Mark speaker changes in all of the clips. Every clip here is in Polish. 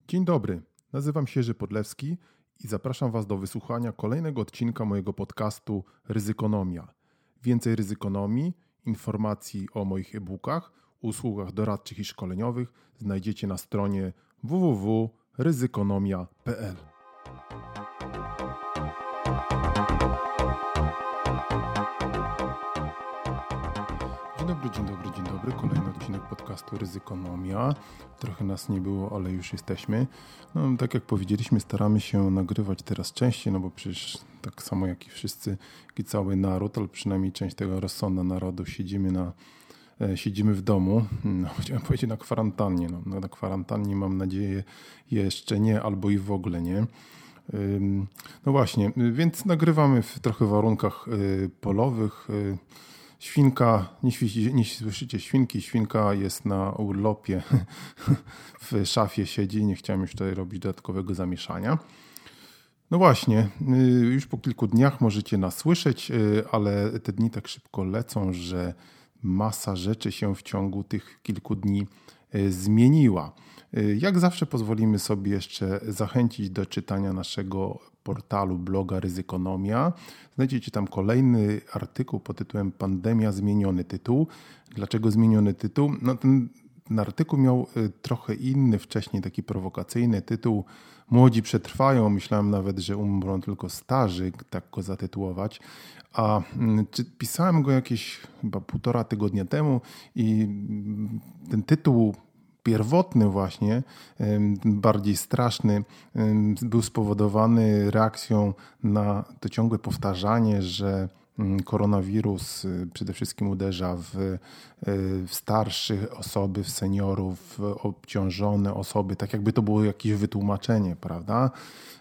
Speaker 1: Dzień dobry, nazywam się Jerzy Podlewski i zapraszam Was do wysłuchania kolejnego odcinka mojego podcastu Ryzykonomia. Więcej ryzykonomii, informacji o moich e-bookach, usługach doradczych i szkoleniowych znajdziecie na stronie www.ryzykonomia.pl. Dzień dobry. Kolejny odcinek podcastu Ryzykonomia. Trochę nas nie było, ale już jesteśmy. No, tak jak powiedzieliśmy, staramy się nagrywać teraz częściej, no bo przecież tak samo jak i wszyscy, jak i cały naród, ale przynajmniej część tego rozsądna narodu siedzimy w domu. No, chciałem powiedzieć na kwarantannie. No, na kwarantannie mam nadzieję jeszcze nie, albo i w ogóle nie. No właśnie, więc nagrywamy w trochę warunkach polowych. Świnka, nie słyszycie świnki, świnka jest na urlopie, w szafie siedzi, nie chciałem już tutaj robić dodatkowego zamieszania. No właśnie, już po kilku dniach możecie nas słyszeć, ale te dni tak szybko lecą, że masa rzeczy się w ciągu tych kilku dni zmieniła. Jak zawsze pozwolimy sobie jeszcze zachęcić do czytania naszego portalu bloga Ryzykonomia. Znajdziecie tam kolejny artykuł pod tytułem Pandemia, zmieniony tytuł. Dlaczego zmieniony tytuł? No ten artykuł miał trochę inny, wcześniej taki prowokacyjny tytuł. Młodzi przetrwają. Myślałem nawet, że umrą tylko starzy, tak go zatytułować. A pisałem go jakieś chyba 1,5 tygodnia temu i ten tytuł pierwotny właśnie, bardziej straszny, był spowodowany reakcją na to ciągłe powtarzanie, że koronawirus przede wszystkim uderza w starsze osoby, w seniorów, w obciążone osoby, tak jakby to było jakieś wytłumaczenie, prawda?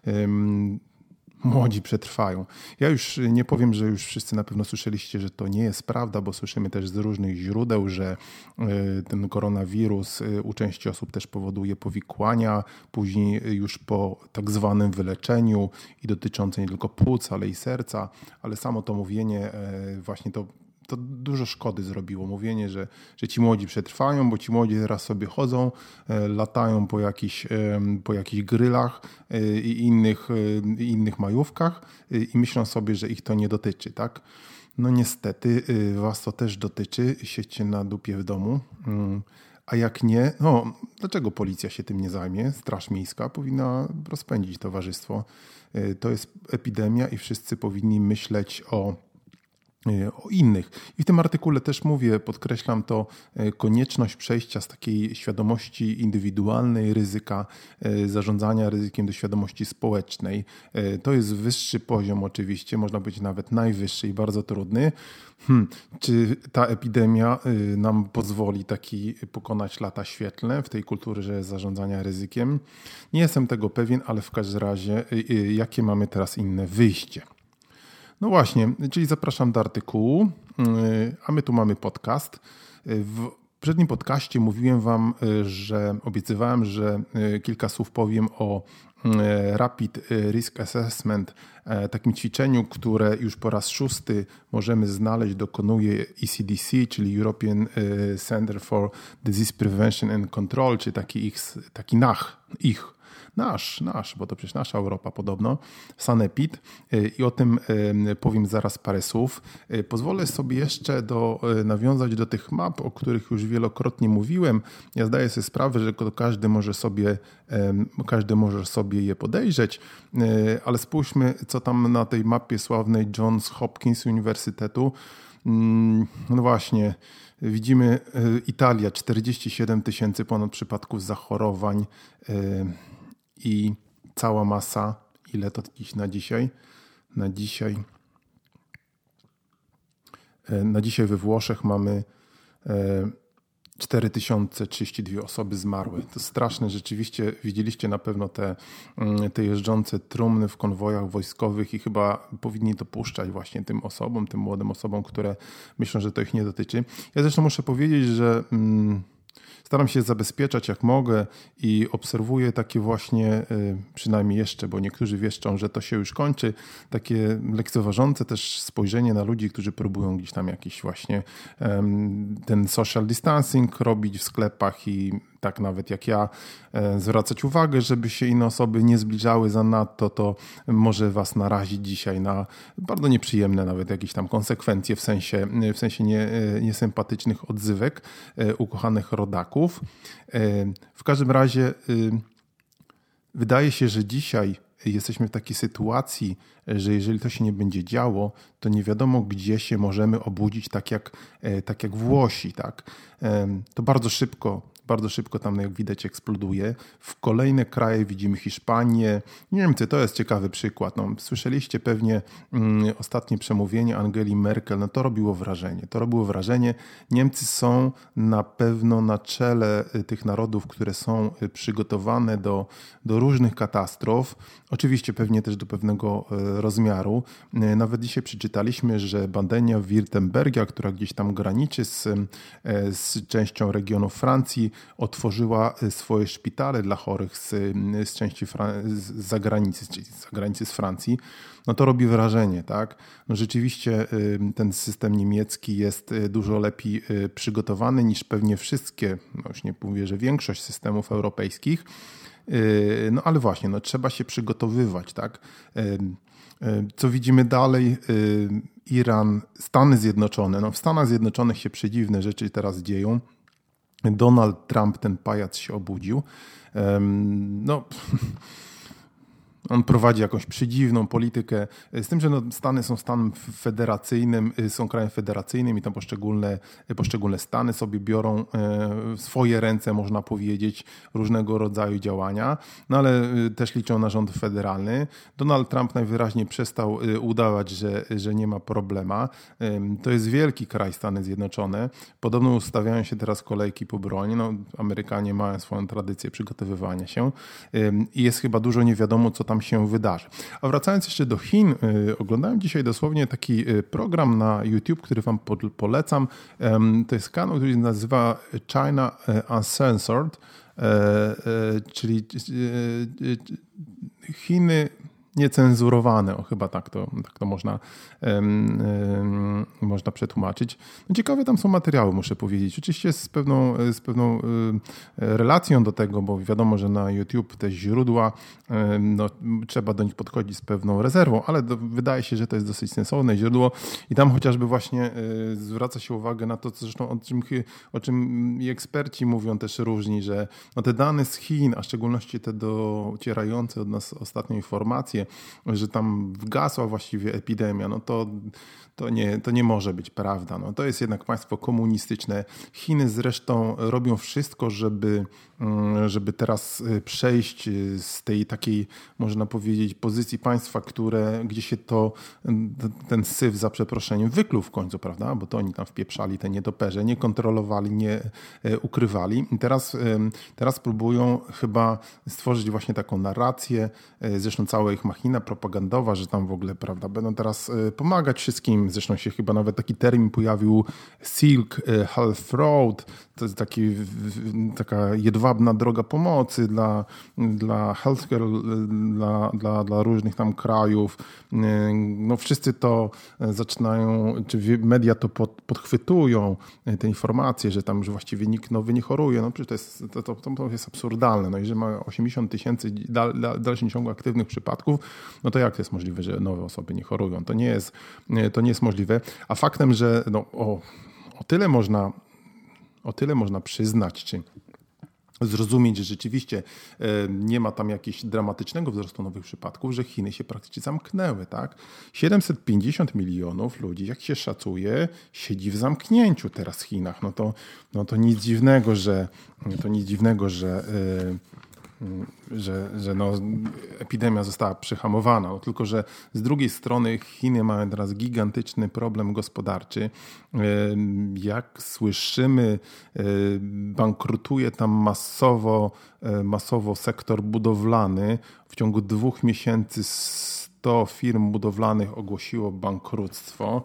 Speaker 1: Młodzi przetrwają. Ja już nie powiem, że już wszyscy na pewno słyszeliście, że to nie jest prawda, bo słyszymy też z różnych źródeł, że ten koronawirus u części osób też powoduje powikłania, później już po tak zwanym wyleczeniu i dotyczące nie tylko płuc, ale i serca, ale samo to mówienie właśnie to dużo szkody zrobiło. Mówienie, że ci młodzi przetrwają, bo ci młodzi teraz sobie chodzą, latają po jakichś grylach i innych majówkach i myślą sobie, że ich to nie dotyczy, tak? No niestety was to też dotyczy, siedźcie na dupie w domu. A jak nie, no dlaczego policja się tym nie zajmie? Straż Miejska powinna rozpędzić towarzystwo. To jest epidemia i wszyscy powinni myśleć o innych. I w tym artykule też mówię, podkreślam to, konieczność przejścia z takiej świadomości indywidualnej ryzyka, zarządzania ryzykiem do świadomości społecznej. To jest wyższy poziom oczywiście, można powiedzieć nawet najwyższy i bardzo trudny. Czy ta epidemia nam pozwoli pokonać lata świetlne w tej kulturze zarządzania ryzykiem? Nie jestem tego pewien, ale w każdym razie jakie mamy teraz inne wyjście? No właśnie, czyli zapraszam do artykułu, a my tu mamy podcast. W poprzednim podcaście mówiłem Wam, obiecywałem, że kilka słów powiem o Rapid Risk Assessment, takim ćwiczeniu, które już po raz 6 możemy znaleźć, dokonuje ECDC, czyli European Center for Disease Prevention and Control, czyli nasz, bo to przecież nasza Europa podobno, Sanepid, i o tym powiem zaraz parę słów. Pozwolę sobie jeszcze nawiązać do tych map, o których już wielokrotnie mówiłem. Ja zdaję sobie sprawę, że każdy może sobie je podejrzeć, ale spójrzmy, co tam na tej mapie sławnej Johns Hopkins Uniwersytetu. No właśnie, widzimy Italia, 47 000 ponad przypadków zachorowań, i cała masa, ile to dziś na dzisiaj? Na dzisiaj we Włoszech mamy 4032 osoby zmarły. To straszne, rzeczywiście widzieliście na pewno te jeżdżące trumny w konwojach wojskowych i chyba powinni to puszczać właśnie tym młodym osobom, które myślą, że to ich nie dotyczy. Ja zresztą muszę powiedzieć, że staram się zabezpieczać jak mogę i obserwuję takie właśnie, przynajmniej jeszcze, bo niektórzy wieszczą, że to się już kończy, takie lekceważące też spojrzenie na ludzi, którzy próbują gdzieś tam jakiś właśnie ten social distancing robić w sklepach i tak nawet jak ja, zwracać uwagę, żeby się inne osoby nie zbliżały zanadto, to może was narazić dzisiaj na bardzo nieprzyjemne nawet jakieś tam konsekwencje w sensie niesympatycznych odzywek ukochanych rodaków. W każdym razie wydaje się, że dzisiaj jesteśmy w takiej sytuacji, że jeżeli to się nie będzie działo, to nie wiadomo, gdzie się możemy obudzić, tak jak Włosi. Tak? To bardzo szybko tam, jak widać, eksploduje. W kolejne kraje widzimy Hiszpanię, Niemcy, to jest ciekawy przykład. No, słyszeliście pewnie ostatnie przemówienie Angeli Merkel, no to robiło wrażenie. Niemcy są na pewno na czele tych narodów, które są przygotowane do różnych katastrof, oczywiście pewnie też do pewnego rozmiaru. Nawet dzisiaj przeczytaliśmy, że Badenia Württemberga, która gdzieś tam graniczy z częścią regionu Francji, otworzyła swoje szpitale dla chorych z części z zagranicy z Francji. No to robi wrażenie, tak? No rzeczywiście ten system niemiecki jest dużo lepiej przygotowany niż pewnie wszystkie, no już nie mówię, że większość systemów europejskich. No ale właśnie, no trzeba się przygotowywać, tak? Co widzimy dalej? Iran, Stany Zjednoczone. No w Stanach Zjednoczonych się przedziwne rzeczy teraz dzieją. Donald Trump, ten pajac, się obudził. No, on prowadzi jakąś przedziwną politykę, z tym, że no Stany są stanem federacyjnym, są krajem federacyjnym i tam poszczególne stany sobie biorą w swoje ręce, można powiedzieć, różnego rodzaju działania, no ale też liczą na rząd federalny. Donald Trump najwyraźniej przestał udawać, że nie ma problema. To jest wielki kraj, Stany Zjednoczone. Podobno ustawiają się teraz kolejki po broń. No, Amerykanie mają swoją tradycję przygotowywania się i jest chyba dużo nie wiadomo, co tam się wydarzy. A wracając jeszcze do Chin, oglądałem dzisiaj dosłownie taki program na YouTube, który wam polecam. To jest kanał, który się nazywa China Uncensored, czyli Chiny niecenzurowane, chyba tak to można przetłumaczyć. No ciekawe tam są materiały, muszę powiedzieć. Oczywiście z pewną relacją do tego, bo wiadomo, że na YouTube te źródła, no, trzeba do nich podchodzić z pewną rezerwą, ale wydaje się, że to jest dosyć sensowne źródło i tam chociażby właśnie zwraca się uwagę na to, zresztą o czym i eksperci mówią też różni, że no, te dane z Chin, a w szczególności te docierające od nas ostatnie informacje, że tam wgasła właściwie epidemia, no to nie może być prawda. No, to jest jednak państwo komunistyczne. Chiny zresztą robią wszystko, żeby teraz przejść z tej takiej, można powiedzieć, pozycji państwa, gdzie się ten syf, za przeproszeniem, wykluł w końcu, prawda? Bo to oni tam wpieprzali te nietoperze, nie kontrolowali, nie ukrywali. I teraz próbują chyba stworzyć właśnie taką narrację, zresztą cała ich machina propagandowa, że tam w ogóle, prawda, będą teraz pomagać wszystkim. Zresztą się chyba nawet taki termin pojawił, Silk Health Road, to jest taka jedwabna droga pomocy dla healthcare, dla różnych tam krajów. No wszyscy to zaczynają, czy media to podchwytują, te informacje, że tam że właściwie nikt nowy nie choruje. No przecież to jest absurdalne. No jeżeli ma 80 000 w dalszym ciągu aktywnych przypadków, no to jak to jest możliwe, że nowe osoby nie chorują? To nie jest możliwe. A faktem, że no, o tyle można przyznać, czy zrozumieć, że rzeczywiście nie ma tam jakiegoś dramatycznego wzrostu nowych przypadków, że Chiny się praktycznie zamknęły, tak? 750 milionów ludzi, jak się szacuje, siedzi w zamknięciu teraz w Chinach. No to nic dziwnego, że no, epidemia została przyhamowana. No, tylko że z drugiej strony Chiny mają teraz gigantyczny problem gospodarczy. Jak słyszymy, bankrutuje tam masowo sektor budowlany. W ciągu 2 miesięcy 100 firm budowlanych ogłosiło bankructwo.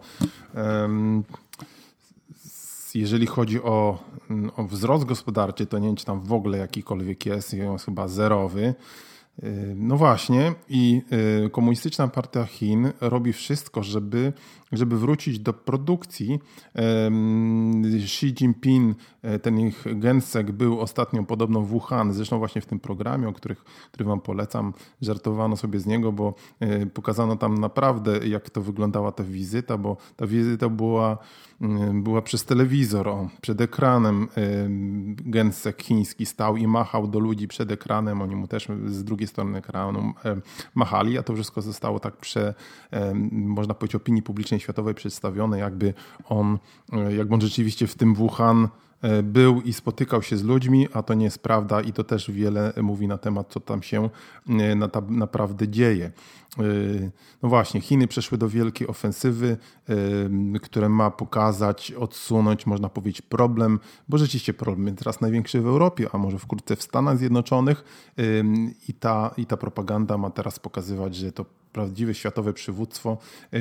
Speaker 1: Jeżeli chodzi o wzrost gospodarczy, to nie wiem, czy tam w ogóle jakikolwiek jest chyba zerowy. No właśnie i Komunistyczna Partia Chin robi wszystko, żeby żeby wrócić do produkcji. Xi Jinping, ten ich gensek był ostatnio podobno w Wuhan, zresztą właśnie w tym programie, który wam polecam, żartowano sobie z niego, bo pokazano tam naprawdę, jak to wyglądała ta wizyta, bo ta wizyta była przez telewizor, przed ekranem. Gensek chiński stał i machał do ludzi przed ekranem, oni mu też z drugiej strony ekranu machali, a to wszystko zostało tak można powiedzieć, opinii publicznej światowej przedstawione, jakby on rzeczywiście w tym Wuhan był i spotykał się z ludźmi, a to nie jest prawda i to też wiele mówi na temat, co tam się naprawdę dzieje. No właśnie, Chiny przeszły do wielkiej ofensywy, które ma pokazać, odsunąć, można powiedzieć, problem, bo rzeczywiście problem jest teraz największy w Europie, a może wkrótce w Stanach Zjednoczonych i ta propaganda ma teraz pokazywać, że to prawdziwe światowe przywództwo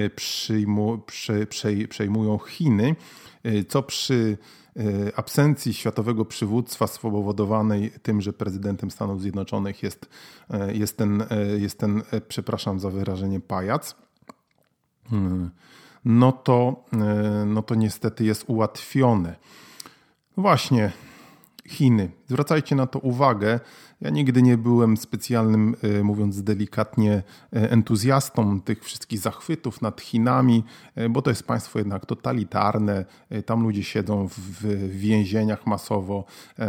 Speaker 1: przejmują Chiny, co przy absencji światowego przywództwa spowodowanej tym, że prezydentem Stanów Zjednoczonych jest ten, przepraszam za wyrażenie, pajac, no to niestety jest ułatwione. No właśnie, Chiny. Zwracajcie na to uwagę. Ja nigdy nie byłem specjalnym, mówiąc delikatnie, entuzjastą tych wszystkich zachwytów nad Chinami, bo to jest państwo jednak totalitarne. Tam ludzie siedzą w więzieniach masowo.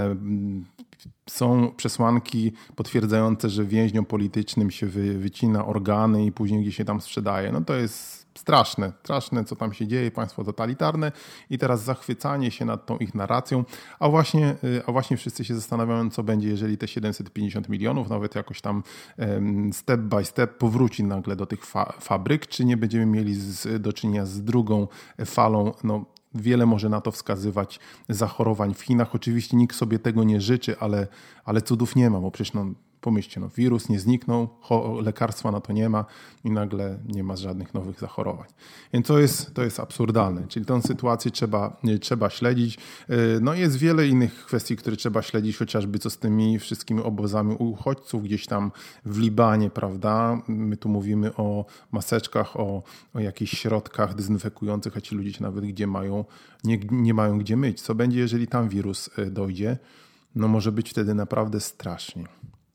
Speaker 1: Są przesłanki potwierdzające, że więźniom politycznym się wycina organy i później gdzieś się tam sprzedaje. No to jest straszne, co tam się dzieje, państwo totalitarne i teraz zachwycanie się nad tą ich narracją, a właśnie wszyscy się zastanawiają, co będzie, jeżeli te 750 milionów, nawet jakoś tam step by step powróci nagle do tych fabryk, czy nie będziemy mieli do czynienia z drugą falą, wiele może na to wskazywać zachorowań w Chinach. Oczywiście nikt sobie tego nie życzy, ale cudów nie ma, bo przecież pomyślcie, wirus nie zniknął, lekarstwa na to nie ma i nagle nie ma żadnych nowych zachorowań. Więc to jest absurdalne. Czyli tę sytuację trzeba śledzić. Jest wiele innych kwestii, które trzeba śledzić, chociażby co z tymi wszystkimi obozami uchodźców gdzieś tam w Libanie, prawda? My tu mówimy o maseczkach, o jakichś środkach dezynfekujących, a ci ludzie się nawet nie mają gdzie myć. Co będzie, jeżeli tam wirus dojdzie? Może być wtedy naprawdę strasznie.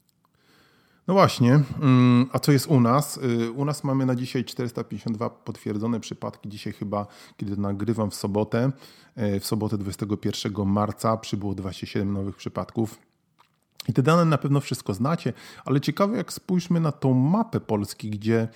Speaker 1: No właśnie, a co jest u nas? U nas mamy na dzisiaj 452 potwierdzone przypadki. Dzisiaj chyba, kiedy nagrywam w sobotę 21 marca przybyło 27 nowych przypadków. I te dane na pewno wszystko znacie, ale ciekawe jak spójrzmy na tą mapę Polski,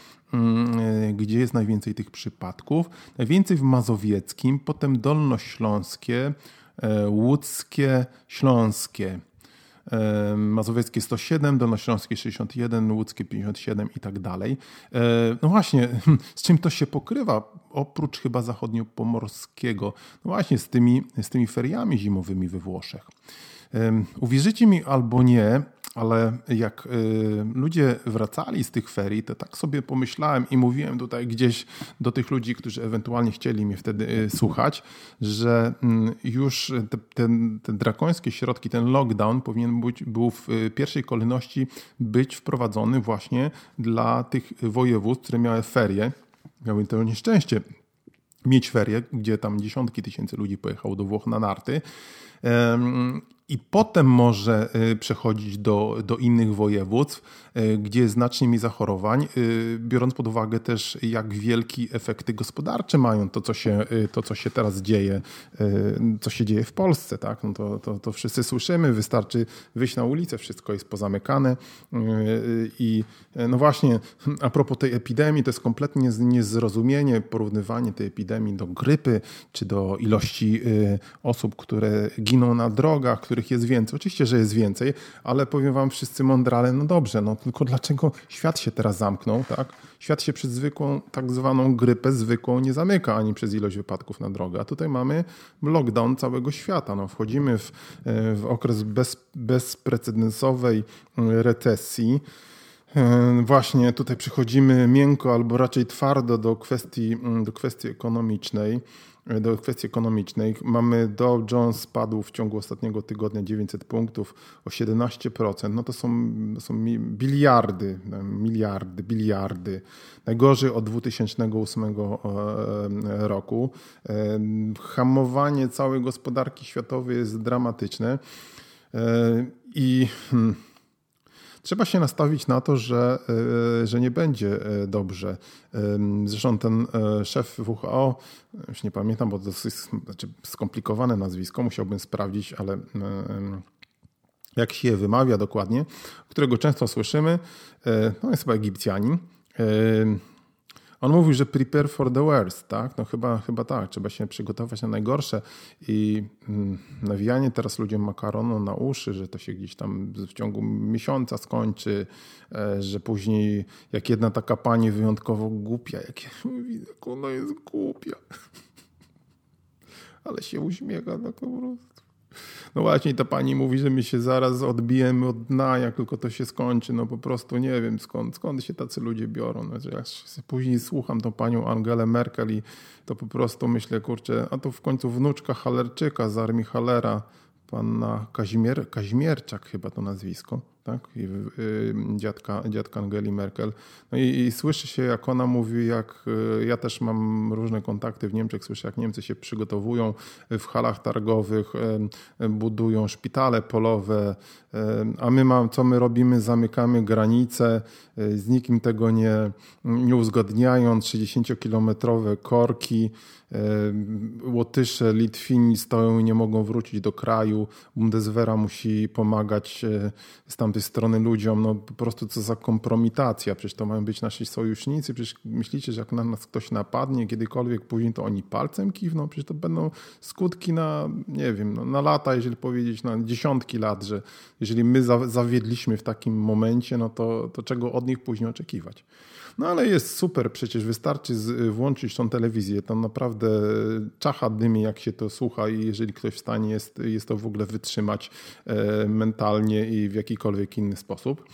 Speaker 1: gdzie jest najwięcej tych przypadków. Najwięcej w Mazowieckim, potem Dolnośląskie, Łódzkie, Śląskie. Mazowieckie 107, Dolnośląskie 61, Łódzkie 57 i tak dalej. No właśnie, z czym to się pokrywa? Oprócz chyba zachodniopomorskiego. No właśnie, z tymi feriami zimowymi we Włoszech. Uwierzycie mi albo nie, ale jak ludzie wracali z tych ferii, to tak sobie pomyślałem i mówiłem tutaj gdzieś do tych ludzi, którzy ewentualnie chcieli mnie wtedy słuchać, że już te drakońskie środki, ten lockdown był w pierwszej kolejności być wprowadzony właśnie dla tych województw, które miały ferie, miały to nieszczęście mieć ferie, gdzie tam dziesiątki tysięcy ludzi pojechało do Włoch na narty. I potem może przechodzić do innych województw, gdzie jest znacznie mniej zachorowań, biorąc pod uwagę też, jak wielkie efekty gospodarcze mają to, co się teraz dzieje, co się dzieje w Polsce. Tak? To wszyscy słyszymy, wystarczy wyjść na ulicę, wszystko jest pozamykane. I no właśnie, a propos tej epidemii, to jest kompletnie niezrozumienie, porównywanie tej epidemii do grypy, czy do ilości osób, które giną na drogach, których jest więcej. Oczywiście, że jest więcej, ale powiem wam wszyscy mądrale, no dobrze, tylko dlaczego świat się teraz zamknął, tak? Świat się przez zwykłą, tak zwaną grypę zwykłą nie zamyka, ani przez ilość wypadków na drogę. A tutaj mamy lockdown całego świata. Wchodzimy w okres bezprecedensowej recesji. Właśnie tutaj przechodzimy miękko albo raczej twardo do kwestii ekonomicznej. Do kwestii ekonomicznej. Mamy Dow Jones spadł w ciągu ostatniego tygodnia 900 punktów o 17%. No to są biliardy. Najgorzej od 2008 roku. Hamowanie całej gospodarki światowej jest dramatyczne i trzeba się nastawić na to, że nie będzie dobrze. Zresztą ten szef WHO, już nie pamiętam, bo to jest skomplikowane nazwisko, musiałbym sprawdzić, ale jak się je wymawia dokładnie, którego często słyszymy, no jest chyba Egipcjanin. On mówił, że prepare for the worst, tak? No chyba tak, trzeba się przygotować na najgorsze i nawijanie teraz ludziom makaronu na uszy, że to się gdzieś tam w ciągu miesiąca skończy, że później jak jedna taka pani wyjątkowo głupia, jak ja mówię, jak ona jest głupia, ale się uśmiecha tak po prostu. No właśnie, ta pani mówi, że my się zaraz odbijemy od dna, jak tylko to się skończy. No po prostu nie wiem skąd się tacy ludzie biorą. No, jak później słucham tą panią Angelę Merkel i to po prostu myślę, kurczę, a to w końcu wnuczka Halerczyka z armii Halera, panna Kazimierczak chyba to nazwisko, tak? Dziadka Angeli Merkel. No i słyszy się, jak ona mówi, jak ja też mam różne kontakty w Niemczech, słyszę, jak Niemcy się przygotowują w halach targowych, budują szpitale polowe, a co my robimy? Zamykamy granice, z nikim tego nie uzgadniając, 60-kilometrowe korki, Łotysze, Litwini stoją i nie mogą wrócić do kraju, Bundeswehra musi pomagać z tamtej strony ludziom, no po prostu co za kompromitacja, przecież to mają być nasi sojusznicy, przecież myślicie, że jak na nas ktoś napadnie kiedykolwiek później, to oni palcem kiwną, przecież to będą skutki na, nie wiem, no, na lata, jeżeli powiedzieć, na dziesiątki lat, że jeżeli my zawiedliśmy w takim momencie, no to czego od nich później oczekiwać. No ale jest super, przecież wystarczy włączyć tą telewizję, tam naprawdę czacha dymi, jak się to słucha i jeżeli ktoś w stanie jest to w ogóle wytrzymać mentalnie i w jakikolwiek inny sposób.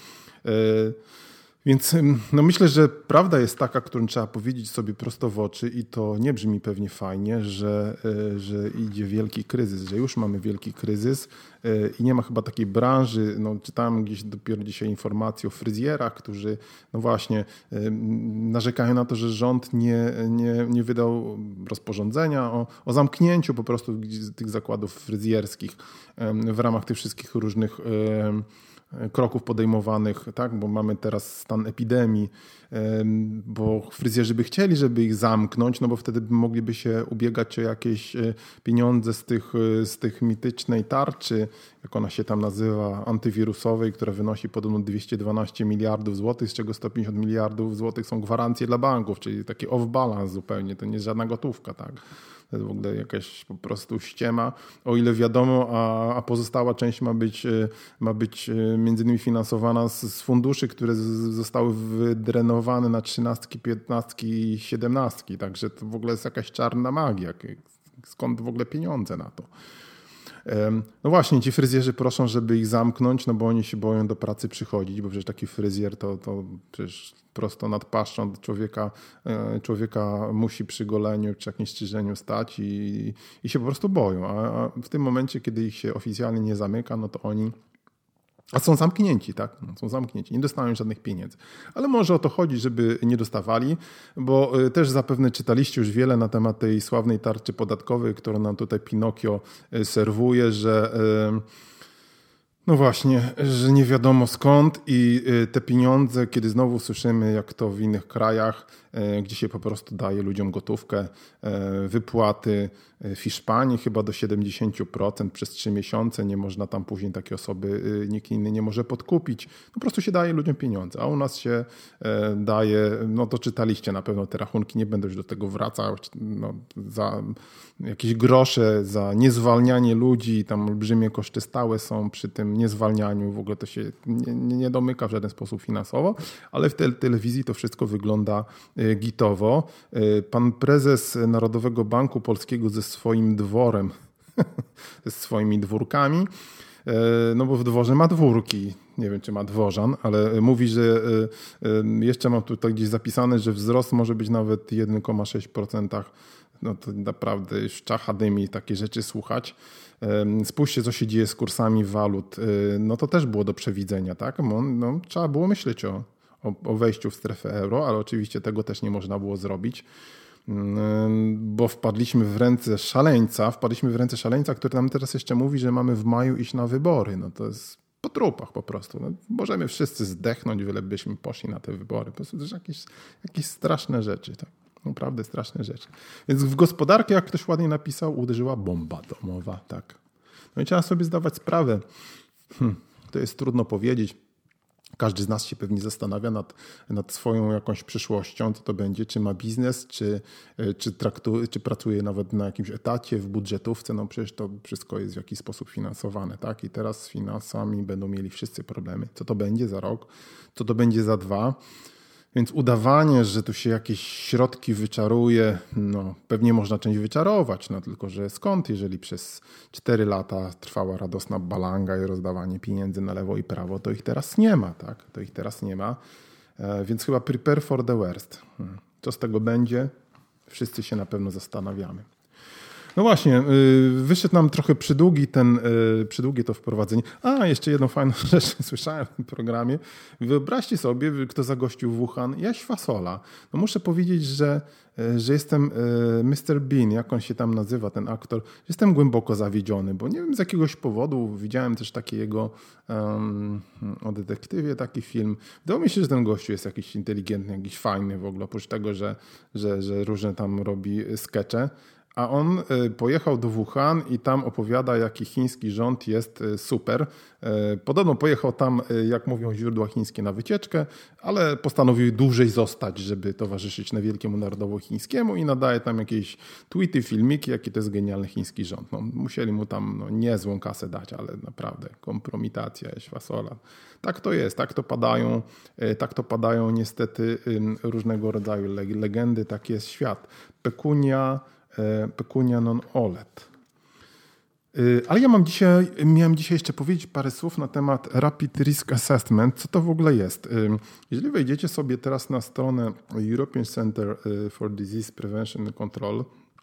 Speaker 1: Więc no myślę, że prawda jest taka, którą trzeba powiedzieć sobie prosto w oczy i to nie brzmi pewnie fajnie, że idzie wielki kryzys, że już mamy wielki kryzys i nie ma chyba takiej branży, no czytałem gdzieś dopiero dzisiaj informacje o fryzjerach, którzy no właśnie narzekają na to, że rząd nie wydał rozporządzenia o zamknięciu po prostu tych zakładów fryzjerskich w ramach tych wszystkich różnych kroków podejmowanych, tak? Bo mamy teraz stan epidemii, bo fryzjerzy by chcieli, żeby ich zamknąć, no bo wtedy mogliby się ubiegać o jakieś pieniądze z tych mitycznej tarczy, jak ona się tam nazywa, antywirusowej, która wynosi podobno 212 miliardów złotych, z czego 150 miliardów złotych są gwarancje dla banków, czyli taki off-balance zupełnie, to nie jest żadna gotówka, tak? To jest w ogóle jakaś po prostu ściema, o ile wiadomo, a pozostała część ma być między innymi finansowana z funduszy, które zostały wydrenowane na 13, 15 i 17. Także to w ogóle jest jakaś czarna magia. Skąd w ogóle pieniądze na to? No właśnie, ci fryzjerzy proszą, żeby ich zamknąć, no bo oni się boją do pracy przychodzić, bo przecież taki fryzjer to przecież prosto nad paszczą człowieka musi przy goleniu czy jakimś strzyżeniu stać i się po prostu boją. A w tym momencie, kiedy ich się oficjalnie nie zamyka, no to oni są zamknięci, tak? No, są zamknięci, nie dostają żadnych pieniędzy. Ale może o to chodzi, żeby nie dostawali, bo też zapewne czytaliście już wiele na temat tej sławnej tarczy podatkowej, którą nam tutaj Pinokio serwuje, że no właśnie, że nie wiadomo skąd i te pieniądze, kiedy znowu słyszymy, jak to w innych krajach, gdzie się po prostu daje ludziom gotówkę, wypłaty w Hiszpanii chyba do 70% przez 3 miesiące, nie można tam później takiej osoby, nikt inny nie może podkupić, po prostu się daje ludziom pieniądze, a u nas się daje, no to czytaliście na pewno te rachunki, nie będę już do tego wracał, no, za jakieś grosze, za niezwalnianie ludzi, tam olbrzymie koszty stałe są przy tym niezwalnianiu, w ogóle to się nie domyka w żaden sposób finansowo, ale w telewizji to wszystko wygląda gitowo. Pan prezes Narodowego Banku Polskiego ze swoim dworem, ze swoimi dwórkami, no bo w dworze ma dwórki. nie wiem czy ma Dworzan, ale mówi, że jeszcze mam tutaj gdzieś zapisane, że wzrost może być nawet 1,6%. No to naprawdę już czacha dymi takie rzeczy słuchać. Spójrzcie, co się dzieje z kursami walut. No to też było do przewidzenia, tak? No, trzeba było myśleć o wejściu w strefę euro, ale oczywiście tego też nie można było zrobić, bo wpadliśmy w ręce szaleńca, który nam teraz jeszcze mówi, że mamy w maju iść na wybory. No to jest po trupach po prostu. No, możemy wszyscy zdechnąć, byśmy poszli na te wybory. Po prostu to jakieś straszne rzeczy, tak? Naprawdę straszne rzeczy. Więc w gospodarkę, jak ktoś ładnie napisał, uderzyła bomba domowa. Tak. No i trzeba sobie zdawać sprawę. To jest trudno powiedzieć. Każdy z nas się pewnie zastanawia nad swoją jakąś przyszłością, co to będzie, czy ma biznes, czy pracuje nawet na jakimś etacie, w budżetówce. No przecież to wszystko jest w jakiś sposób finansowane. Tak? I teraz z finansami będą mieli wszyscy problemy. Co to będzie za rok? Co to będzie za 2? Więc udawanie, że tu się jakieś środki wyczaruje, no pewnie można część wyczarować, no tylko że skąd, jeżeli przez 4 lata trwała radosna balanga i rozdawanie pieniędzy na lewo i prawo, to ich teraz nie ma, tak? To ich teraz nie ma, więc chyba prepare for the worst. Co z tego będzie? Wszyscy się na pewno zastanawiamy. No właśnie, wyszedł nam trochę przydługie to wprowadzenie. Jeszcze jedną fajną rzecz słyszałem w tym programie. Wyobraźcie sobie, kto zagościł w Wuhan, Jaś Fasola. No muszę powiedzieć, że jestem Mr. Bean, jak on się tam nazywa, ten aktor. Jestem głęboko zawiedziony, bo nie wiem, z jakiegoś powodu widziałem też taki jego o detektywie taki film. Wydawało mi się, że ten gościu jest jakiś inteligentny, jakiś fajny w ogóle, oprócz tego, że różne tam robi skecze. A on pojechał do Wuhan i tam opowiada, jaki chiński rząd jest super. Podobno pojechał tam, jak mówią źródła chińskie, na wycieczkę, ale postanowił dłużej zostać, żeby towarzyszyć Wielkiemu Narodowi Chińskiemu i nadaje tam jakieś tweety, filmiki, jaki to jest genialny chiński rząd. No, musieli mu tam niezłą kasę dać, ale naprawdę kompromitacja, fasola. Tak to jest, tak to padają niestety różnego rodzaju legendy, taki jest świat. Pecunia non olet. Ale ja miałem dzisiaj jeszcze powiedzieć parę słów na temat Rapid Risk Assessment. Co to w ogóle jest? Jeżeli wejdziecie sobie teraz na stronę European Center for Disease Prevention and Control,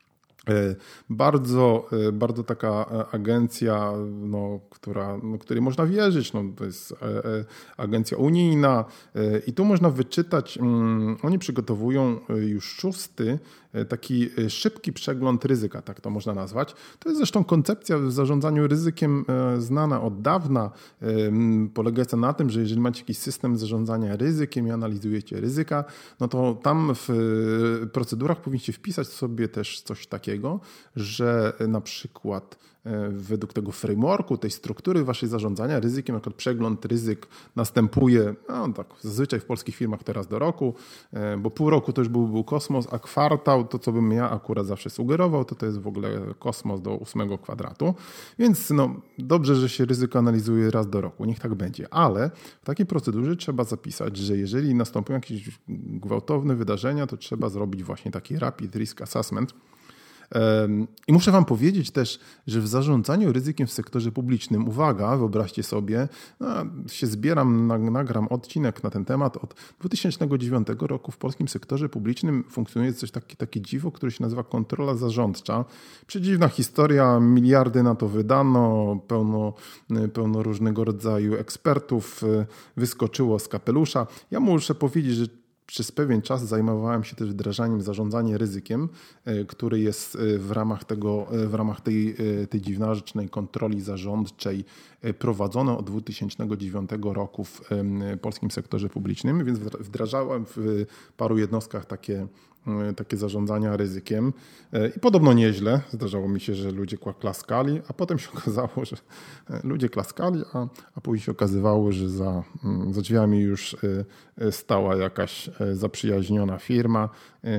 Speaker 1: bardzo taka agencja, której można wierzyć. To jest agencja unijna i tu można wyczytać, oni przygotowują już 6. taki szybki przegląd ryzyka, tak to można nazwać. To jest zresztą koncepcja w zarządzaniu ryzykiem znana od dawna. Polegająca na tym, że jeżeli macie jakiś system zarządzania ryzykiem i analizujecie ryzyka, no to tam w procedurach powinniście wpisać sobie też coś takiego, że na przykład według tego frameworku, tej struktury waszej zarządzania ryzykiem, na przykład przegląd ryzyk następuje, tak zazwyczaj w polskich firmach teraz do roku, bo pół roku to już był kosmos, a kwartał, to co bym ja akurat zawsze sugerował, to jest w ogóle kosmos do 8 kwadratu. Więc dobrze, że się ryzyko analizuje raz do roku, niech tak będzie. Ale w takiej procedurze trzeba zapisać, że jeżeli nastąpią jakieś gwałtowne wydarzenia, to trzeba zrobić właśnie taki Rapid Risk Assessment. I muszę wam powiedzieć też, że w zarządzaniu ryzykiem w sektorze publicznym, uwaga, wyobraźcie sobie, się zbieram, nagram odcinek na ten temat. Od 2009 roku w polskim sektorze publicznym funkcjonuje coś takie dziwo, które się nazywa kontrola zarządcza. Przedziwna historia, miliardy na to wydano, pełno różnego rodzaju ekspertów wyskoczyło z kapelusza. Ja muszę powiedzieć, że przez pewien czas zajmowałem się też wdrażaniem zarządzania ryzykiem, który jest w ramach tej dziwnacznej kontroli zarządczej prowadzono od 2009 roku w polskim sektorze publicznym, więc wdrażałem w paru jednostkach takie zarządzania ryzykiem i podobno nieźle. Zdarzało mi się, że ludzie klaskali, a potem się okazało, że ludzie klaskali, a później się okazywało, że za drzwiami już stała jakaś zaprzyjaźniona firma,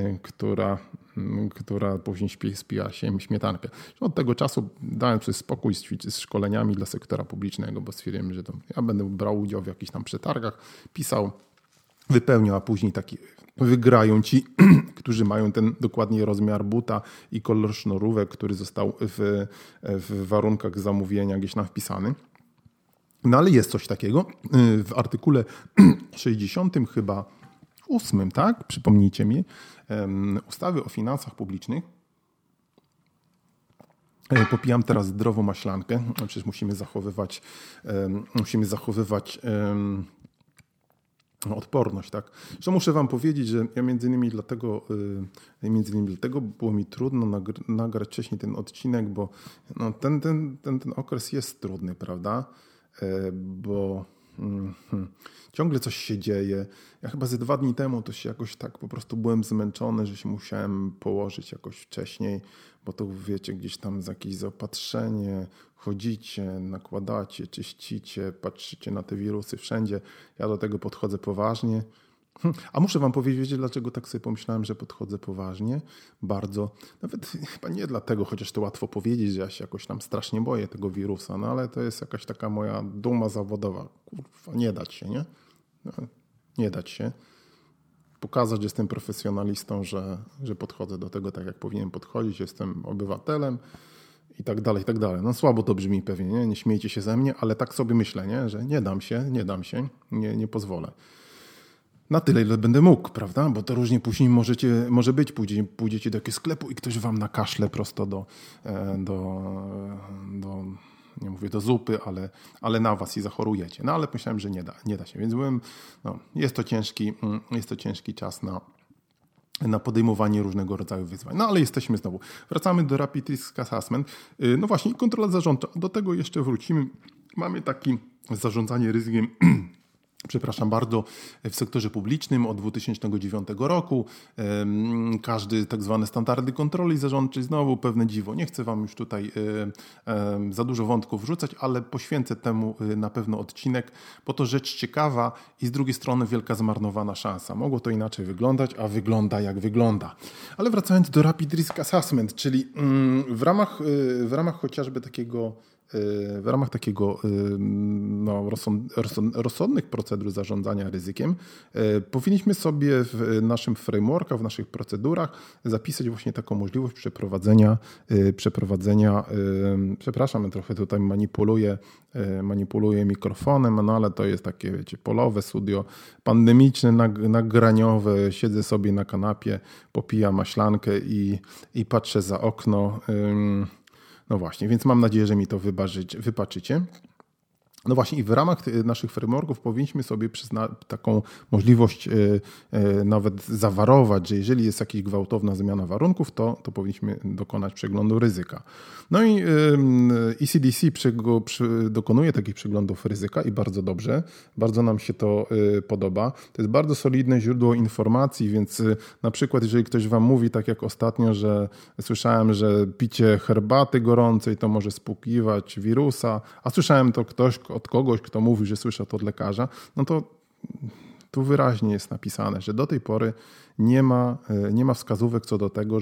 Speaker 1: która później spiła się śmietankę. Od tego czasu dałem sobie spokój z szkoleniami dla sektora publicznego, bo stwierdziłem, że ja będę brał udział w jakichś tam przetargach, pisał, wypełniał, a później taki wygrają ci, którzy mają ten dokładnie rozmiar buta i kolor sznurówek, który został w warunkach zamówienia gdzieś tam wpisany. No ale jest coś takiego w artykule 60 chyba 8, tak? Przypomnijcie mi, ustawy o finansach publicznych. Popijam teraz zdrową maślankę. Przecież musimy zachowywać odporność, tak? Zresztą muszę wam powiedzieć, że ja między innymi dlatego było mi trudno nagrać wcześniej ten odcinek, bo no, ten okres jest trudny, prawda? Bo ciągle coś się dzieje. Ja chyba ze 2 dni temu to się jakoś tak po prostu byłem zmęczony, że się musiałem położyć jakoś wcześniej, bo to wiecie, gdzieś tam za jakieś zaopatrzenie chodzicie, nakładacie, czyścicie, patrzycie na te wirusy wszędzie. Ja do tego podchodzę poważnie. A muszę wam powiedzieć, wiecie, dlaczego tak sobie pomyślałem, że podchodzę poważnie? Bardzo. Nawet chyba nie dlatego, chociaż to łatwo powiedzieć, że ja się jakoś tam strasznie boję tego wirusa, no ale to jest jakaś taka moja duma zawodowa. Kurwa, nie dać się, nie? No, nie dać się. Pokazać, że jestem profesjonalistą, że podchodzę do tego tak, jak powinienem podchodzić, jestem obywatelem i tak dalej, i tak dalej. No słabo to brzmi pewnie, nie śmiejcie się ze mnie, ale tak sobie myślę, nie? Że nie dam się, nie pozwolę. Na tyle, ile będę mógł, prawda? Bo to różnie później może być. Pójdziecie do jakiegoś sklepu i ktoś wam nakaszle prosto do nie mówię do zupy, ale na was i zachorujecie. No ale myślałem, że nie da się. Więc jest to ciężki czas na podejmowanie różnego rodzaju wyzwań. No ale jesteśmy znowu. Wracamy do Rapid Risk Assessment. No właśnie, kontrola zarządcza. Do tego jeszcze wrócimy. Mamy takie zarządzanie ryzykiem przepraszam bardzo, w sektorze publicznym od 2009 roku. Każdy tak zwane standardy kontroli zarządczej, znowu pewne dziwo. Nie chcę wam już tutaj za dużo wątków wrzucać, ale poświęcę temu na pewno odcinek, bo to rzecz ciekawa i z drugiej strony wielka zmarnowana szansa. Mogło to inaczej wyglądać, a wygląda jak wygląda. Ale wracając do Rapid Risk Assessment, czyli w ramach chociażby takiego rozsądnych procedur zarządzania ryzykiem powinniśmy sobie w naszym frameworkach, w naszych procedurach zapisać właśnie taką możliwość przeprowadzenia przepraszam, trochę tutaj manipuluję mikrofonem, no ale to jest takie, wiecie, polowe studio pandemiczne, nagraniowe, siedzę sobie na kanapie, popijam maślankę i patrzę za okno. No właśnie, więc mam nadzieję, że mi to wybaczycie. No właśnie i w ramach naszych frameworków powinniśmy sobie taką możliwość nawet zawarować, że jeżeli jest jakaś gwałtowna zmiana warunków, to powinniśmy dokonać przeglądu ryzyka. No i ECDC dokonuje takich przeglądów ryzyka i bardzo dobrze. Bardzo nam się to podoba. To jest bardzo solidne źródło informacji, więc na przykład jeżeli ktoś wam mówi, tak jak ostatnio, że słyszałem, że picie herbaty gorącej to może spłukiwać wirusa, a słyszałem to od kogoś, kto mówi, że słyszał to od lekarza, no to tu wyraźnie jest napisane, że do tej pory nie ma wskazówek co do tego,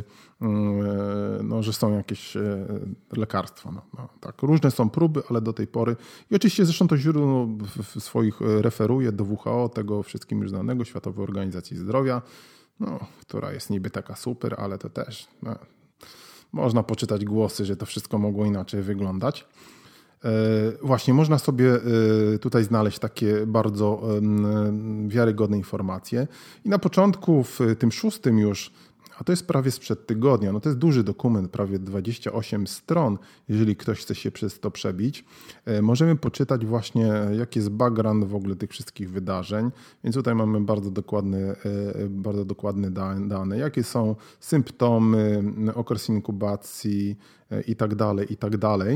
Speaker 1: że są jakieś lekarstwa. Tak. Różne są próby, ale do tej pory i oczywiście zresztą to źródło w swoich referuje do WHO, tego wszystkim już znanego, Światowej Organizacji Zdrowia, która jest niby taka super, ale to też można poczytać głosy, że to wszystko mogło inaczej wyglądać. Właśnie, można sobie tutaj znaleźć takie bardzo wiarygodne informacje. I na początku, w tym 6 już, a to jest prawie sprzed tygodnia, to jest duży dokument, prawie 28 stron, jeżeli ktoś chce się przez to przebić, możemy poczytać właśnie, jaki jest background w ogóle tych wszystkich wydarzeń. Więc tutaj mamy bardzo dokładne dane, jakie są symptomy, okres inkubacji i tak dalej.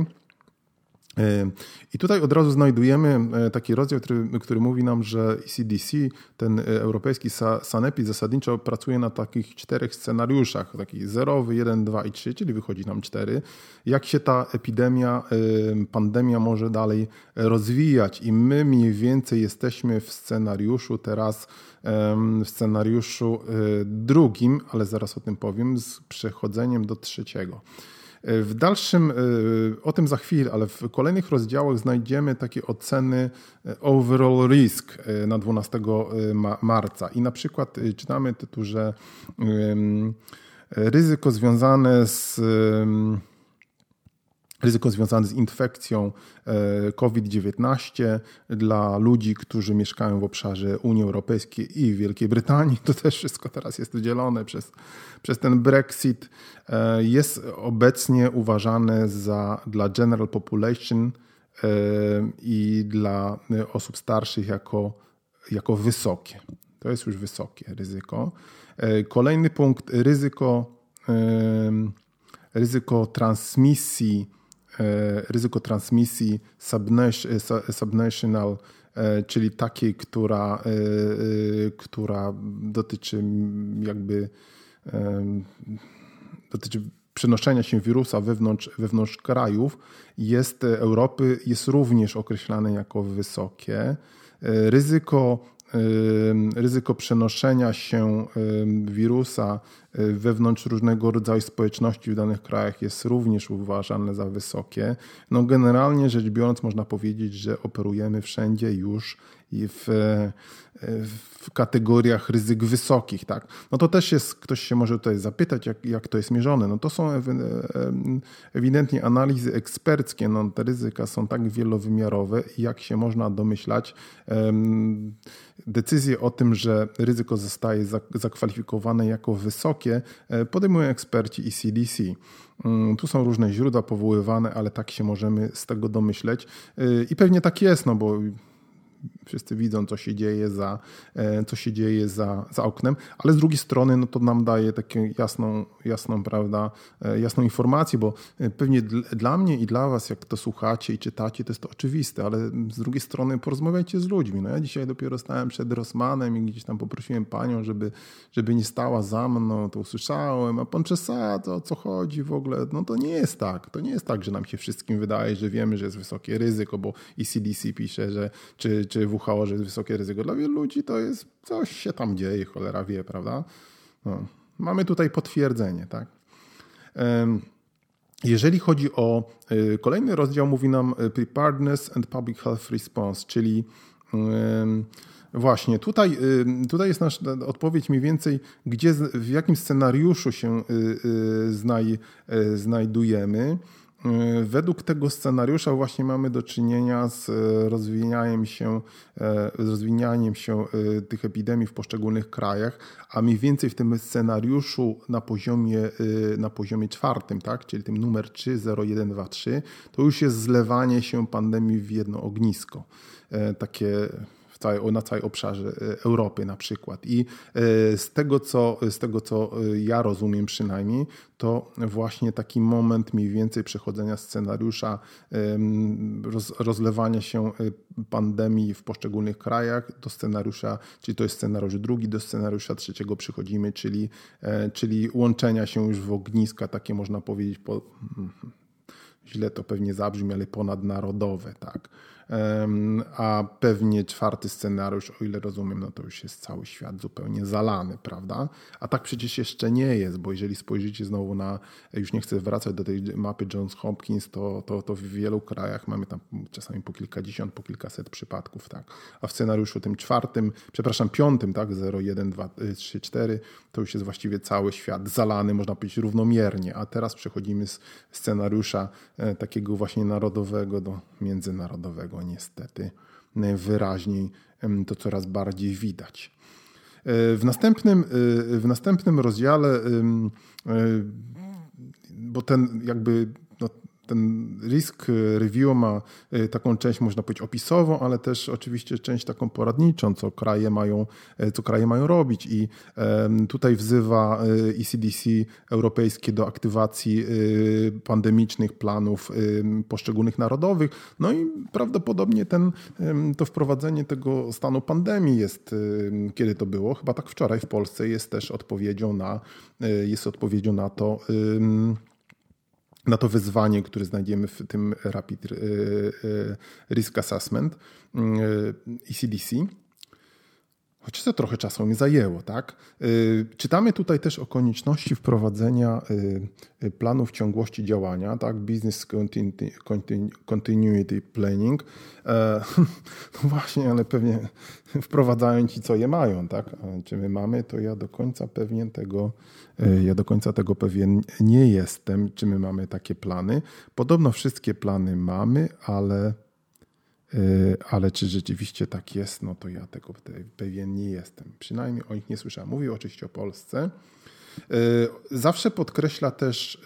Speaker 1: I tutaj od razu znajdujemy taki rozdział, który mówi nam, że ECDC, ten europejski sanepid zasadniczo pracuje na takich 4 scenariuszach, takich 0, 1, 2 i 3, czyli wychodzi nam 4. Jak się ta pandemia może dalej rozwijać i my mniej więcej jesteśmy w scenariuszu teraz, w scenariuszu 2, ale zaraz o tym powiem, z przechodzeniem do 3. W dalszym, o tym za chwilę, ale w kolejnych rozdziałach znajdziemy takie oceny overall risk na 12 marca. I na przykład czytamy tytuł, że ryzyko związane z ryzyko związane z infekcją COVID-19 dla ludzi, którzy mieszkają w obszarze Unii Europejskiej i Wielkiej Brytanii. To też wszystko teraz jest dzielone przez ten Brexit. Jest obecnie uważane dla general population i dla osób starszych jako wysokie. To jest już wysokie ryzyko. Kolejny punkt, ryzyko transmisji subnational, czyli takiej, która dotyczy przenoszenia się wirusa wewnątrz krajów, Europy, jest również określane jako wysokie. Ryzyko przenoszenia się wirusa wewnątrz różnego rodzaju społeczności w danych krajach jest również uważane za wysokie. No generalnie rzecz biorąc można powiedzieć, że operujemy wszędzie już i w kategoriach ryzyk wysokich. Tak? No to też jest, ktoś się może tutaj zapytać, jak to jest mierzone. No to są ewidentnie analizy eksperckie. No te ryzyka są tak wielowymiarowe i jak się można domyślać, decyzje o tym, że ryzyko zostaje zakwalifikowane jako wysokie, podejmują eksperci i CDC. Tu są różne źródła powoływane, ale tak się możemy z tego domyśleć. I pewnie tak jest, no bo wszyscy widzą, co się dzieje za oknem, ale z drugiej strony no to nam daje taką jasną, prawda, jasną informację, bo pewnie dla mnie i dla was, jak to słuchacie i czytacie, to jest to oczywiste, ale z drugiej strony porozmawiajcie z ludźmi. No ja dzisiaj dopiero stałem przed Rossmanem i gdzieś tam poprosiłem panią, żeby nie stała za mną, to usłyszałem, a pan Czesat, o co chodzi w ogóle? No to nie jest tak. To nie jest tak, że nam się wszystkim wydaje, że wiemy, że jest wysokie ryzyko, bo i CDC pisze, że czy WHO, że jest wysokie ryzyko. Dla wielu ludzi to jest, coś się tam dzieje, cholera wie, prawda? No. Mamy tutaj potwierdzenie, tak? Jeżeli chodzi o kolejny rozdział, mówi nam Preparedness and Public Health Response, czyli właśnie tutaj jest nasza odpowiedź mniej więcej, w jakim scenariuszu się znajdujemy. Według tego scenariusza właśnie mamy do czynienia z rozwijaniem się tych epidemii w poszczególnych krajach, a mniej więcej w tym scenariuszu na poziomie 4, tak, czyli tym numer 3, 0, 1, 2, 3, to już jest zlewanie się pandemii w jedno ognisko. Takie na całym obszarze Europy na przykład. I z tego, co ja rozumiem przynajmniej, to właśnie taki moment mniej więcej przechodzenia scenariusza rozlewania się pandemii w poszczególnych krajach do scenariusza, czyli to jest scenariusz drugi, do scenariusza trzeciego przychodzimy, czyli łączenia się już w ogniska, takie można powiedzieć, źle to pewnie zabrzmi, ale ponadnarodowe, tak. A pewnie 4 scenariusz, o ile rozumiem, no to już jest cały świat zupełnie zalany, prawda? A tak przecież jeszcze nie jest, bo jeżeli spojrzycie znowu już nie chcę wracać do tej mapy Johns Hopkins, to w wielu krajach mamy tam czasami po kilkadziesiąt, po kilkaset przypadków, tak. A w scenariuszu tym 5, tak, 0, 1, 2, 3, 4, to już jest właściwie cały świat zalany, można powiedzieć równomiernie, a teraz przechodzimy z scenariusza takiego właśnie narodowego do międzynarodowego. Niestety wyraźniej to coraz bardziej widać. W następnym rozdziale, bo ten risk review ma taką część, można powiedzieć, opisową, ale też oczywiście część taką poradniczą, co kraje mają robić. I tutaj wzywa ECDC europejskie do aktywacji pandemicznych planów poszczególnych narodowych. No i prawdopodobnie to wprowadzenie tego stanu pandemii jest, kiedy to było? Chyba tak wczoraj w Polsce jest też odpowiedzią na to wyzwanie, które znajdziemy w tym Rapid Risk Assessment ECDC. Choć to trochę czasu mi zajęło, tak? Czytamy tutaj też o konieczności wprowadzenia planów ciągłości działania, tak? Business Continuity Planning. No właśnie, ale pewnie wprowadzają ci, co je mają, tak? A czy my mamy, to ja do końca tego pewien nie jestem, czy my mamy takie plany. Podobno wszystkie plany mamy, ale czy rzeczywiście tak jest, no to ja tego pewien nie jestem. Przynajmniej o nich nie słyszałem. Mówię oczywiście o Polsce. Zawsze podkreśla też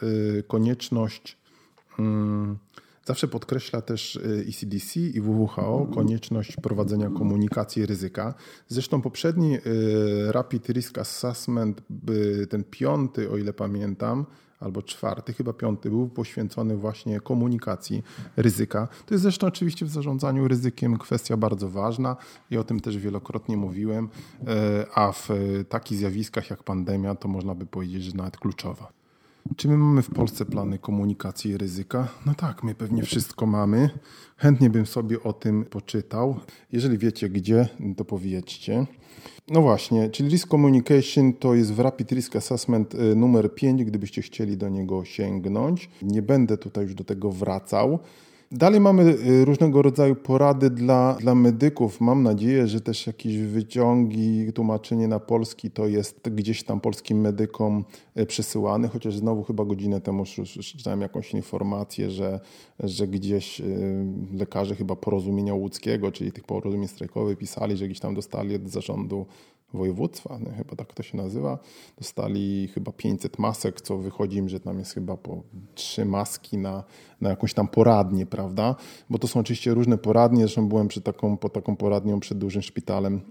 Speaker 1: ECDC i WHO konieczność prowadzenia komunikacji ryzyka. Zresztą poprzedni Rapid Risk Assessment, ten 5, o ile pamiętam, albo 4, chyba 5, był poświęcony właśnie komunikacji ryzyka. To jest zresztą oczywiście w zarządzaniu ryzykiem kwestia bardzo ważna i o tym też wielokrotnie mówiłem, a w takich zjawiskach jak pandemia to można by powiedzieć, że nawet kluczowa. Czy my mamy w Polsce plany komunikacji ryzyka? No tak, my pewnie wszystko mamy. Chętnie bym sobie o tym poczytał. Jeżeli wiecie gdzie, to powiedzcie. No właśnie, czyli Risk Communication to jest w Rapid Risk Assessment numer 5, gdybyście chcieli do niego sięgnąć. Nie będę tutaj już do tego wracał. Dalej mamy różnego rodzaju porady dla medyków. Mam nadzieję, że też jakieś wyciągi, tłumaczenie na polski to jest gdzieś tam polskim medykom przesyłane, chociaż znowu chyba godzinę temu czytałem jakąś informację, że gdzieś lekarze chyba Porozumienia Łódzkiego, czyli tych porozumień strajkowych pisali, że gdzieś tam dostali od zarządu województwa, chyba tak to się nazywa, dostali chyba 500 masek, co wychodzi im, że tam jest chyba po 3 maski na jakąś tam poradnię, prawda? Bo to są oczywiście różne poradnie, zresztą byłem pod taką poradnią przed dużym szpitalem,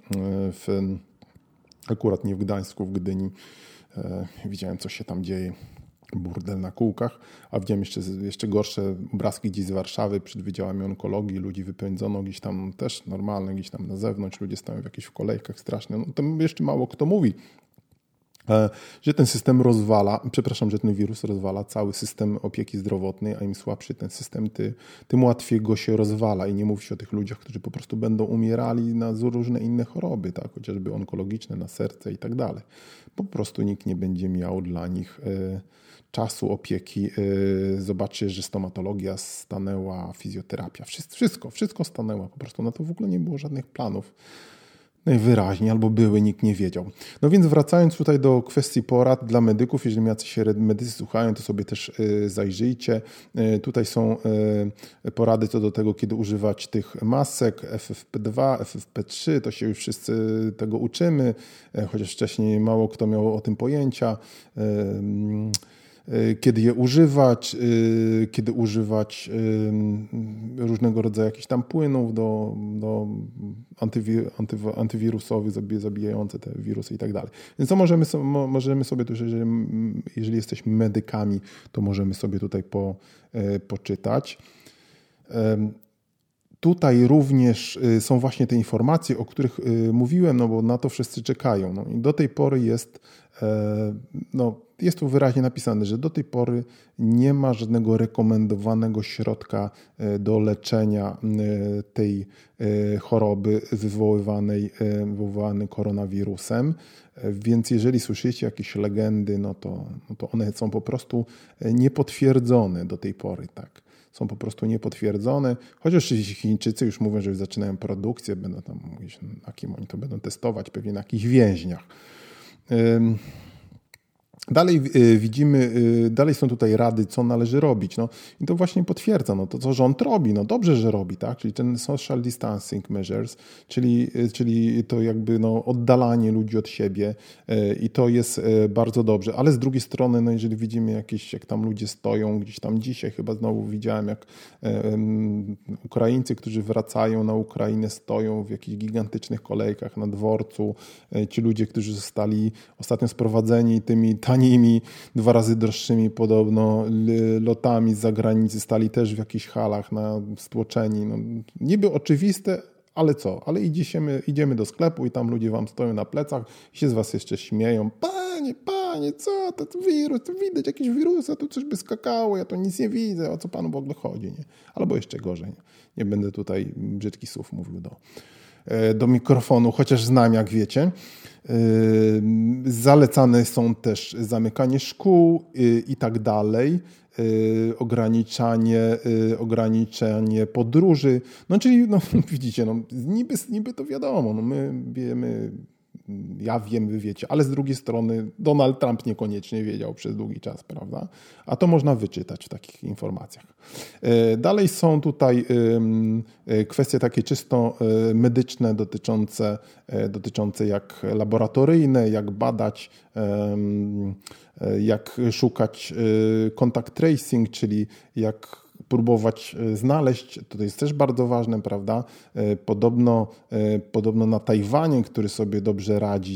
Speaker 1: akurat nie w Gdańsku, w Gdyni. Widziałem, co się tam dzieje. Burdel na kółkach, a widziałem jeszcze gorsze obrazki gdzieś z Warszawy przed wydziałami onkologii, ludzi wypędzono gdzieś tam też normalne, gdzieś tam na zewnątrz, ludzie stoją w jakichś kolejkach strasznie. No to jeszcze mało kto mówi, że ten system że ten wirus rozwala cały system opieki zdrowotnej, a im słabszy ten system, tym łatwiej go się rozwala i nie mówi się o tych ludziach, którzy po prostu będą umierali na różne inne choroby, tak, chociażby onkologiczne, na serce i tak dalej. Po prostu nikt nie będzie miał dla nich czasu opieki. Zobaczcie, że stomatologia stanęła, fizjoterapia, wszystko stanęło po prostu. Na to w ogóle nie było żadnych planów. Najwyraźniej, albo były, nikt nie wiedział. No więc wracając tutaj do kwestii porad dla medyków, jeżeli jacyś medycy słuchają, to sobie też zajrzyjcie. Tutaj są porady co do tego, kiedy używać tych masek FFP2, FFP3, to się już wszyscy tego uczymy, chociaż wcześniej mało kto miał o tym pojęcia. Kiedy je używać, różnego rodzaju jakichś tam płynów do antywirusowych, zabijające te wirusy i tak dalej. Więc to możemy sobie też, jeżeli jesteśmy medykami, to możemy sobie tutaj poczytać. Tutaj również są właśnie te informacje, o których mówiłem, no bo na to wszyscy czekają. No i do tej pory jest tu wyraźnie napisane, że do tej pory nie ma żadnego rekomendowanego środka do leczenia tej choroby wywołanej koronawirusem. Więc jeżeli słyszycie jakieś legendy, no to one są po prostu niepotwierdzone do tej pory, tak. Są po prostu niepotwierdzone, chociaż Chińczycy już mówią, że już zaczynają produkcję, będą tam mówić, na kim oni to będą testować, pewnie na jakichś więźniach. Dalej są tutaj rady, co należy robić. No, i to właśnie potwierdza to, co rząd robi. No, dobrze, że robi, tak? Czyli ten social distancing measures, czyli to jakby oddalanie ludzi od siebie i to jest bardzo dobrze. Ale z drugiej strony, jeżeli widzimy jak tam ludzie stoją, gdzieś tam dzisiaj chyba znowu widziałem, jak Ukraińcy, którzy wracają na Ukrainę, stoją w jakichś gigantycznych kolejkach na dworcu. Ci ludzie, którzy zostali ostatnio sprowadzeni tymi tanimi, 2 razy droższymi podobno lotami z zagranicy, stali też w jakichś halach stłoczeni. No, niby oczywiste, ale co? Ale idziemy do sklepu i tam ludzie wam stoją na plecach i się z was jeszcze śmieją. Panie, co? To wirus, to widać jakieś wirusy, tu coś by skakało, ja to nic nie widzę, o co panu w ogóle chodzi, nie? Albo jeszcze gorzej, nie będę tutaj brzydkich słów mówił do mikrofonu, chociaż znam, jak wiecie. Zalecane są też zamykanie szkół i tak dalej. Ograniczanie podróży. No czyli widzicie, niby to wiadomo, my wiemy, ja wiem, wy wiecie, ale z drugiej strony Donald Trump niekoniecznie wiedział przez długi czas, prawda? A to można wyczytać w takich informacjach. Dalej są tutaj kwestie takie czysto medyczne dotyczące jak laboratoryjne, jak badać, jak szukać contact tracing, czyli jak próbować znaleźć, to jest też bardzo ważne, prawda? Podobno na Tajwanie, który sobie dobrze radzi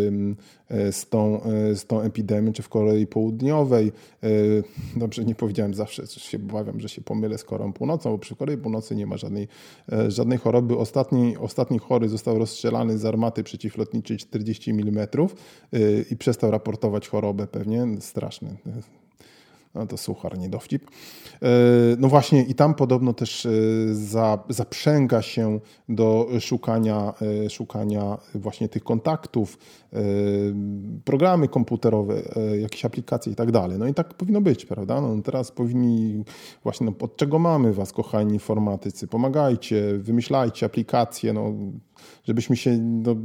Speaker 1: z tą epidemią, czy w Korei Południowej, dobrze nie powiedziałem, zawsze się obawiam, że się pomylę z Koreą Północną, bo przy Korei Północy nie ma żadnej choroby. Ostatni chory został rozstrzelany z armaty przeciwlotniczej 40 mm i przestał raportować chorobę pewnie. Straszne. No to suchar, nie dowcip. No właśnie i tam podobno też zaprzęga się do szukania właśnie tych kontaktów, programy komputerowe, jakieś aplikacje i tak dalej. No i tak powinno być, prawda? No teraz powinni właśnie, od czego mamy was, kochani informatycy? Pomagajcie, wymyślajcie aplikacje, żebyśmy się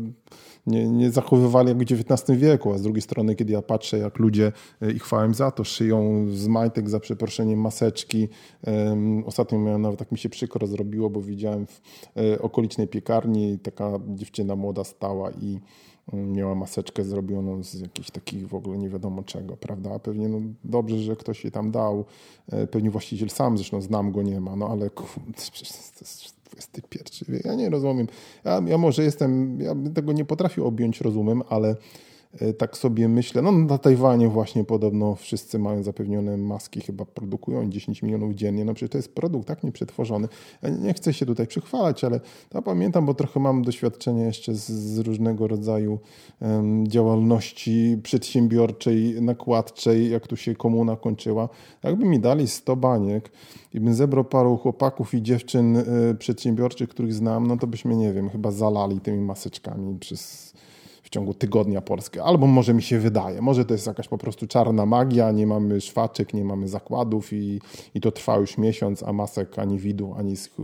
Speaker 1: nie zachowywali jak w XIX wieku, a z drugiej strony, kiedy ja patrzę, jak ludzie, i chwała im za to, szyją z majtek, za przeproszeniem, maseczki. Ostatnio nawet mi się przykro zrobiło, bo widziałem w okolicznej piekarni, taka dziewczyna młoda stała i miała maseczkę zrobioną z jakichś takich w ogóle nie wiadomo czego, prawda? Pewnie dobrze, że ktoś jej tam dał, pewnie właściciel sam, zresztą znam go, nie ma, ale przecież to jest XXI wiek. Ja nie rozumiem. Ja może ja tego nie potrafię objąć rozumem, ale tak sobie myślę, na Tajwanie właśnie podobno wszyscy mają zapewnione maski, chyba produkują 10 milionów dziennie. Przecież to jest produkt tak nieprzetworzony. Ja nie chcę się tutaj przychwalać, ale ja pamiętam, bo trochę mam doświadczenie jeszcze z różnego rodzaju działalności przedsiębiorczej, nakładczej, jak tu się komuna kończyła. Jakby mi dali 100 baniek i bym zebrał paru chłopaków i dziewczyn przedsiębiorczych, których znam, to byśmy, nie wiem, chyba zalali tymi maseczkami w ciągu tygodnia Polskę. Albo może mi się wydaje, może to jest jakaś po prostu czarna magia, nie mamy szwaczek, nie mamy zakładów i to trwa już miesiąc, a masek ani widu,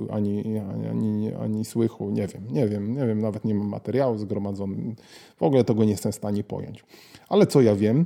Speaker 1: ani słychu, nie wiem, nawet nie mam materiału zgromadzonym. W ogóle tego nie jestem w stanie pojąć. Ale co ja wiem?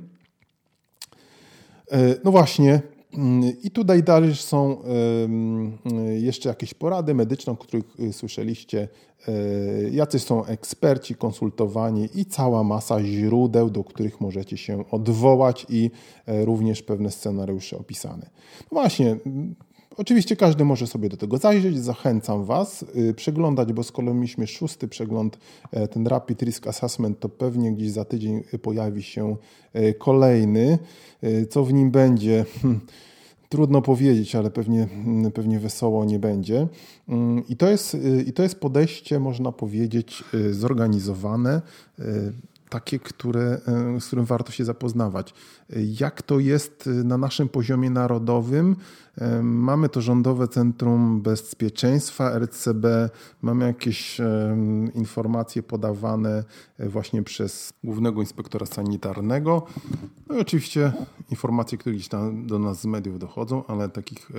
Speaker 1: No właśnie, i tutaj dalej są jeszcze jakieś porady medyczne, o których słyszeliście. Jacyś są eksperci konsultowani i cała masa źródeł, do których możecie się odwołać i również pewne scenariusze opisane. No właśnie, oczywiście każdy może sobie do tego zajrzeć. Zachęcam was przeglądać, bo skoro mieliśmy 6. przegląd, ten Rapid Risk Assessment, to pewnie gdzieś za tydzień pojawi się kolejny. Co w nim będzie? Trudno powiedzieć, ale pewnie wesoło nie będzie. I to jest podejście, można powiedzieć, zorganizowane, takie, z którym warto się zapoznawać. Jak to jest na naszym poziomie narodowym? Mamy to Rządowe Centrum Bezpieczeństwa, RCB, mamy jakieś informacje podawane właśnie przez Głównego Inspektora Sanitarnego. No i oczywiście informacje, które gdzieś tam do nas z mediów dochodzą, ale takich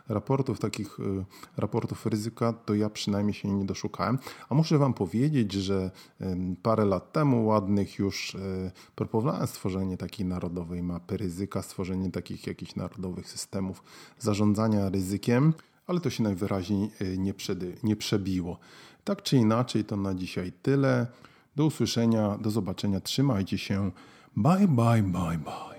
Speaker 1: raportów ryzyka to ja przynajmniej się nie doszukałem. A muszę wam powiedzieć, że parę lat temu ładnych już proponowałem stworzenie takiej narodowej mapy ryzyka, stworzenie takich jakichś narodowych systemów zarządzania ryzykiem, ale to się najwyraźniej nie przebiło. Tak czy inaczej, to na dzisiaj tyle. Do usłyszenia, do zobaczenia, trzymajcie się. Bye, bye, bye, bye.